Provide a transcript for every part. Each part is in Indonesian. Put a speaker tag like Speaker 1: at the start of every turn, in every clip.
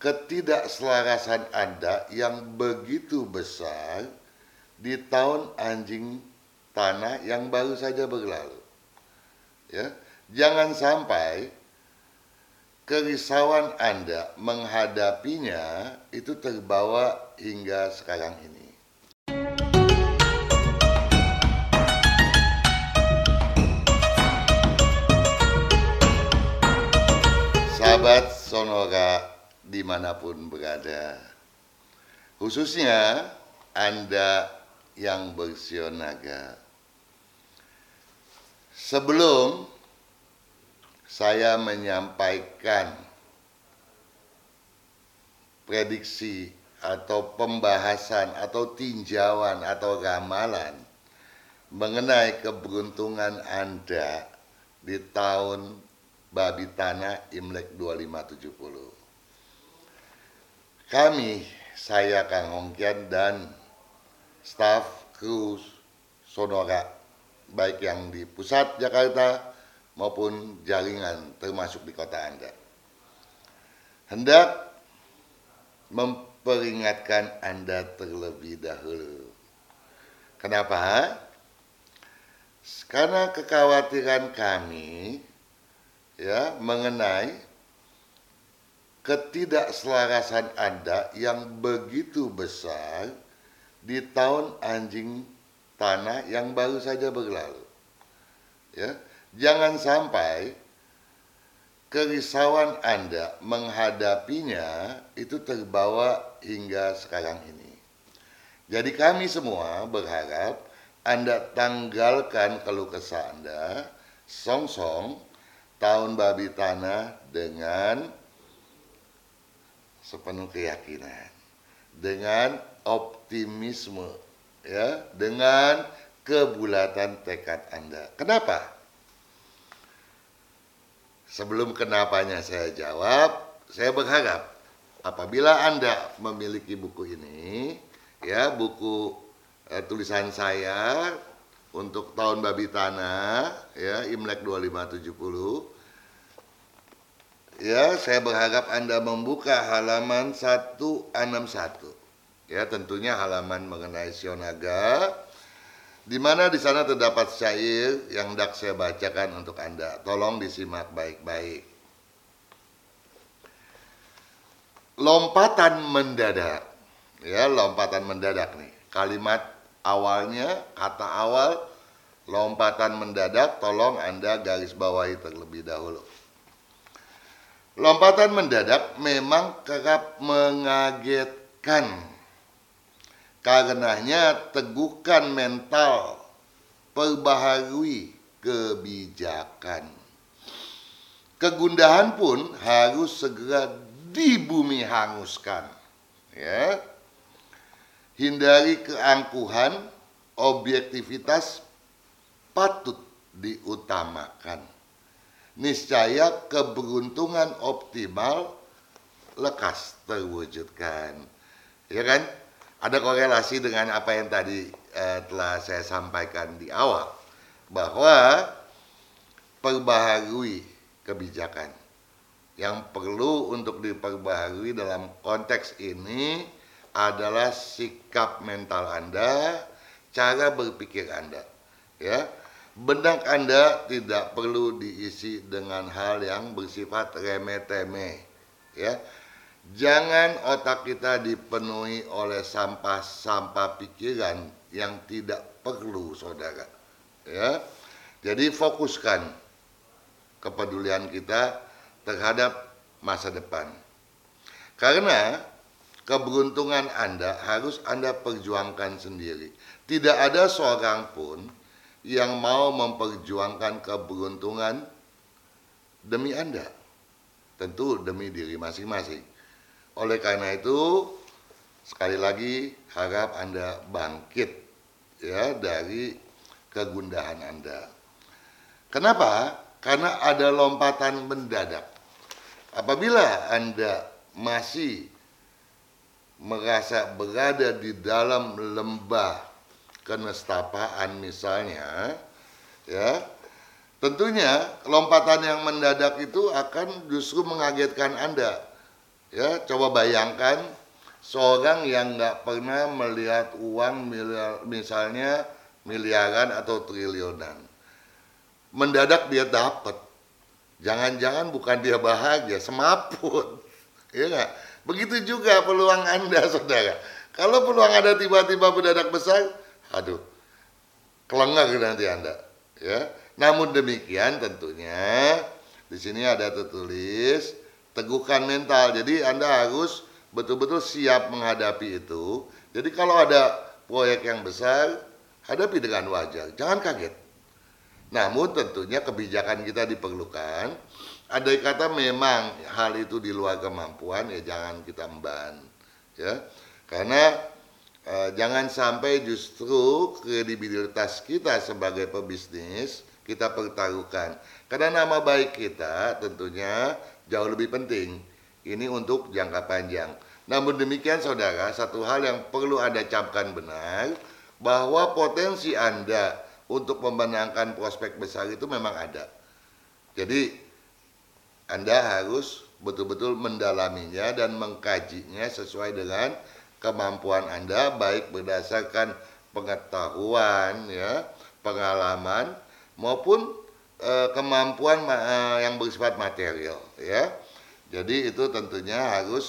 Speaker 1: ketidakselarasan Anda yang begitu besar di tahun anjing tanah yang baru saja berlalu. Ya, jangan sampai kerisauan Anda menghadapinya itu terbawa hingga sekarang ini. Sahabat Sonora dimanapun berada, khususnya Anda yang bersiaga. Sebelum saya menyampaikan prediksi atau pembahasan atau tinjauan atau ramalan mengenai keberuntungan Anda di tahun Babi Tanah Imlek 2570. Saya Kang Hongkian dan staf kru Sonora, baik yang di pusat Jakarta maupun jaringan termasuk di kota Anda, hendak memperingatkan Anda terlebih dahulu. Kenapa? Karena kekhawatiran kami mengenai ketidakselarasan Anda yang begitu besar di tahun anjing tanah yang baru saja berlalu. Ya, jangan sampai kerisauan Anda menghadapinya itu terbawa hingga sekarang ini. Jadi kami semua berharap Anda tanggalkan keluh kesah Anda, songsong tahun Babi Tanah dengan sepenuh keyakinan, dengan optimisme, dengan kebulatan tekad Anda. Kenapa? Sebelum kenapanya saya jawab, saya berharap apabila Anda memiliki buku ini, buku tulisan saya untuk tahun Babi Tanah, Imlek 2570, saya berharap Anda membuka halaman 161. Tentunya halaman mengenai Sionaga, di mana di sana terdapat syair yang hendak saya bacakan untuk Anda. Tolong disimak baik-baik. Lompatan mendadak. Lompatan mendadak nih. Kalimat awalnya, kata awal, lompatan mendadak, tolong Anda garis bawahi terlebih dahulu. Lompatan mendadak memang kerap mengagetkan. Karenanya teguhkan mental, perbaharui kebijakan. Kegundahan pun harus segera dibumi hanguskan. Hindari keangkuhan, objektivitas patut diutamakan. Niscaya keberuntungan optimal lekas terwujudkan. Ada korelasi dengan apa yang tadi telah saya sampaikan di awal, bahwa perbaharui kebijakan. Yang perlu untuk diperbaharui dalam konteks ini adalah sikap mental Anda, cara berpikir Anda. Benak Anda tidak perlu diisi dengan hal yang bersifat remeh-temeh. Jangan otak kita dipenuhi oleh sampah-sampah pikiran yang tidak perlu, saudara. Jadi fokuskan kepedulian kita terhadap masa depan. Karena keberuntungan Anda harus Anda perjuangkan sendiri. Tidak ada seorang pun yang mau memperjuangkan keberuntungan demi Anda. Tentu demi diri masing-masing. Oleh karena itu, sekali lagi harap Anda bangkit dari kegundahan Anda. Kenapa? Karena ada lompatan mendadak. Apabila Anda masih merasa berada di dalam lembah kenestapaan misalnya, tentunya lompatan yang mendadak itu akan justru mengagetkan Anda. Ya, coba bayangkan seorang yang nggak pernah melihat uang misalnya miliaran atau triliunan, mendadak dia dapat. Jangan-jangan bukan dia bahagia, semaput. Ya nggak? Begitu juga peluang Anda, saudara. Kalau peluang Anda tiba-tiba mendadak besar, aduh, kelengah nanti Anda. Ya. Namun demikian tentunya di sini ada tertulis teguhkan mental. Jadi Anda harus betul-betul siap menghadapi itu. Jadi kalau ada proyek yang besar, hadapi dengan wajar. Jangan kaget. Namun tentunya kebijakan kita diperlukan. Andai kata memang hal itu di luar kemampuan, ya jangan kita emban. Ya. Karena jangan sampai justru kredibilitas kita sebagai pebisnis kita pertaruhkan. Karena nama baik kita tentunya jauh lebih penting. Ini untuk jangka panjang. Namun demikian saudara, satu hal yang perlu Anda camkan benar, bahwa potensi Anda untuk memenangkan prospek besar itu memang ada. Jadi Anda harus betul-betul mendalaminya dan mengkajinya sesuai dengan kemampuan Anda, baik berdasarkan pengetahuan, ya, pengalaman, maupun kemampuan yang bersifat material, ya. Jadi itu tentunya harus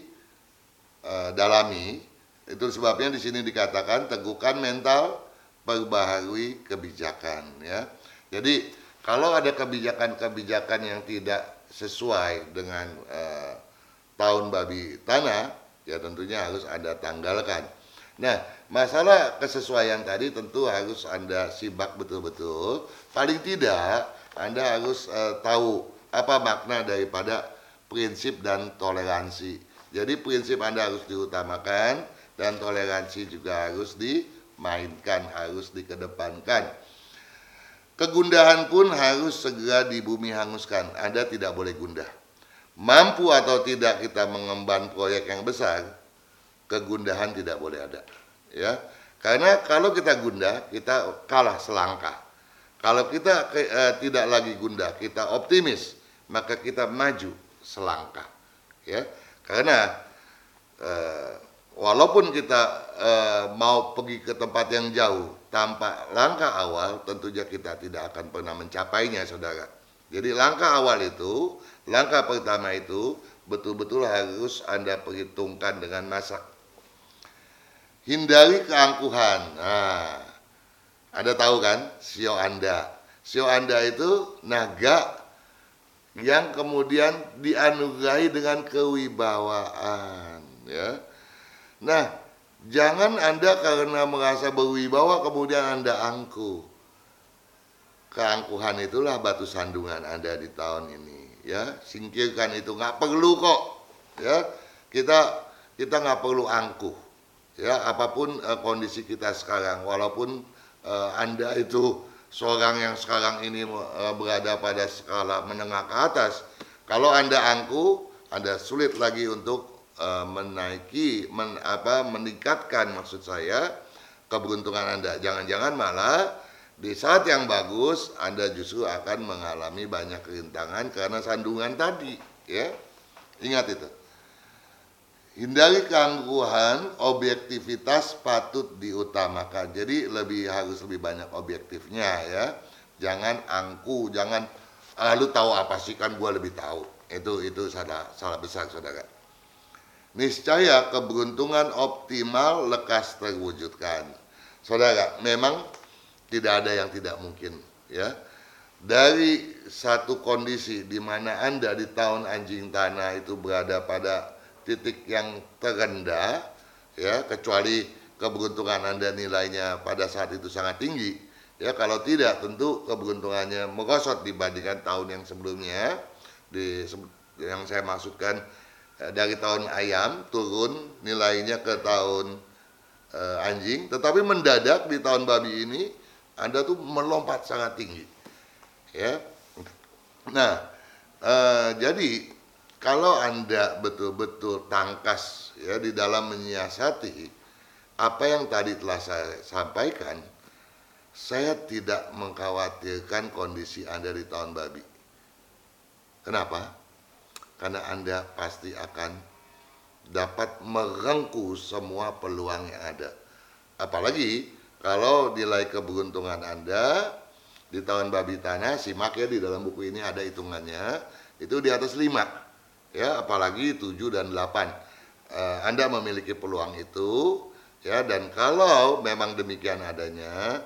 Speaker 1: didalami. Itu sebabnya di sini dikatakan teguhkan mental, perbaharui kebijakan, ya. Jadi kalau ada kebijakan-kebijakan yang tidak sesuai dengan tahun babi tanah, ya tentunya harus Anda tanggalkan. Nah, masalah kesesuaian tadi tentu harus Anda simak betul-betul. Paling tidak Anda harus tahu apa makna daripada prinsip dan toleransi. Jadi prinsip Anda harus diutamakan dan toleransi juga harus dimainkan, harus dikedepankan. Kegundahan pun harus segera di bumi hanguskan. Anda tidak boleh gundah. Mampu atau tidak kita mengemban proyek yang besar, kegundahan tidak boleh ada, ya. Karena kalau kita gundah, kita kalah selangkah. Kalau kita tidak lagi gundah, kita optimis, maka kita maju selangkah, ya. Karena walaupun kita mau pergi ke tempat yang jauh tanpa langkah awal, tentunya kita tidak akan pernah mencapainya, saudara. Jadi langkah awal itu, langkah pertama itu betul-betul harus Anda perhitungkan dengan masak. Hindari keangkuhan. Nah, Anda tahu kan sio Anda. Sio Anda itu naga yang kemudian dianugerahi dengan kewibawaan, ya. Nah, jangan Anda karena merasa berwibawa kemudian Anda angkuh. Keangkuhan itulah batu sandungan Anda di tahun ini, ya. Singkirkan itu, nggak perlu kok, ya. Kita nggak perlu angkuh, ya. Apapun kondisi kita sekarang, walaupun Anda itu seorang yang sekarang ini berada pada skala menengah ke atas, kalau Anda angkuh, Anda sulit lagi untuk meningkatkan maksud saya keberuntungan Anda. Jangan-jangan malah di saat yang bagus Anda justru akan mengalami banyak kerintangan karena sandungan tadi, ya. Ingat itu. Hindari keangkuhan, objektivitas patut diutamakan. Jadi harus lebih banyak objektifnya, ya. Jangan angkuh, jangan lu tahu apa sih, kan gua lebih tahu. Itu salah besar, saudara. Niscaya keberuntungan optimal lekas terwujudkan. Saudara, memang tidak ada yang tidak mungkin, ya. Dari satu kondisi di mana Anda di tahun anjing tanah itu berada pada titik yang terendah, ya, kecuali keberuntungan Anda nilainya pada saat itu sangat tinggi, ya. Kalau tidak, tentu keberuntungannya merosot dibandingkan tahun yang sebelumnya. Yang saya maksudkan dari tahun ayam turun nilainya ke tahun anjing, tetapi mendadak di tahun babi ini Anda tuh melompat sangat tinggi, ya. Nah, jadi kalau Anda betul-betul tangkas, ya, di dalam menyiasati apa yang tadi telah saya sampaikan, saya tidak mengkhawatirkan kondisi Anda di tahun babi. Kenapa? Karena Anda pasti akan dapat merengkuh semua peluang yang ada. Apalagi kalau nilai keberuntungan Anda di tahun babi tanah, simak ya, di dalam buku ini ada hitungannya, itu di atas 5. Ya, apalagi 7 dan 8. Anda memiliki peluang itu, ya, dan kalau memang demikian adanya,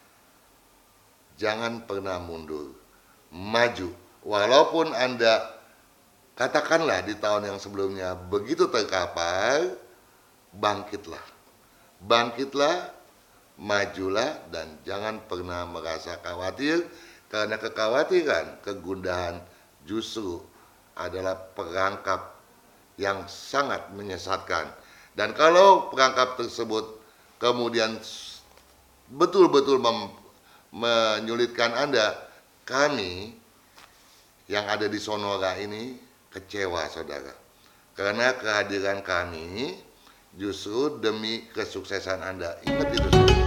Speaker 1: jangan pernah mundur, maju. Walaupun Anda katakanlah di tahun yang sebelumnya begitu terkapar, bangkitlah. Bangkitlah, majulah, dan jangan pernah merasa khawatir, karena kekhawatiran, kegundahan justru adalah perangkap yang sangat menyesatkan. Dan kalau perangkap tersebut kemudian betul-betul menyulitkan Anda, kami yang ada di Sonora ini kecewa, saudara. Karena kehadiran kami justru demi kesuksesan Anda. Ingat itu, saudara.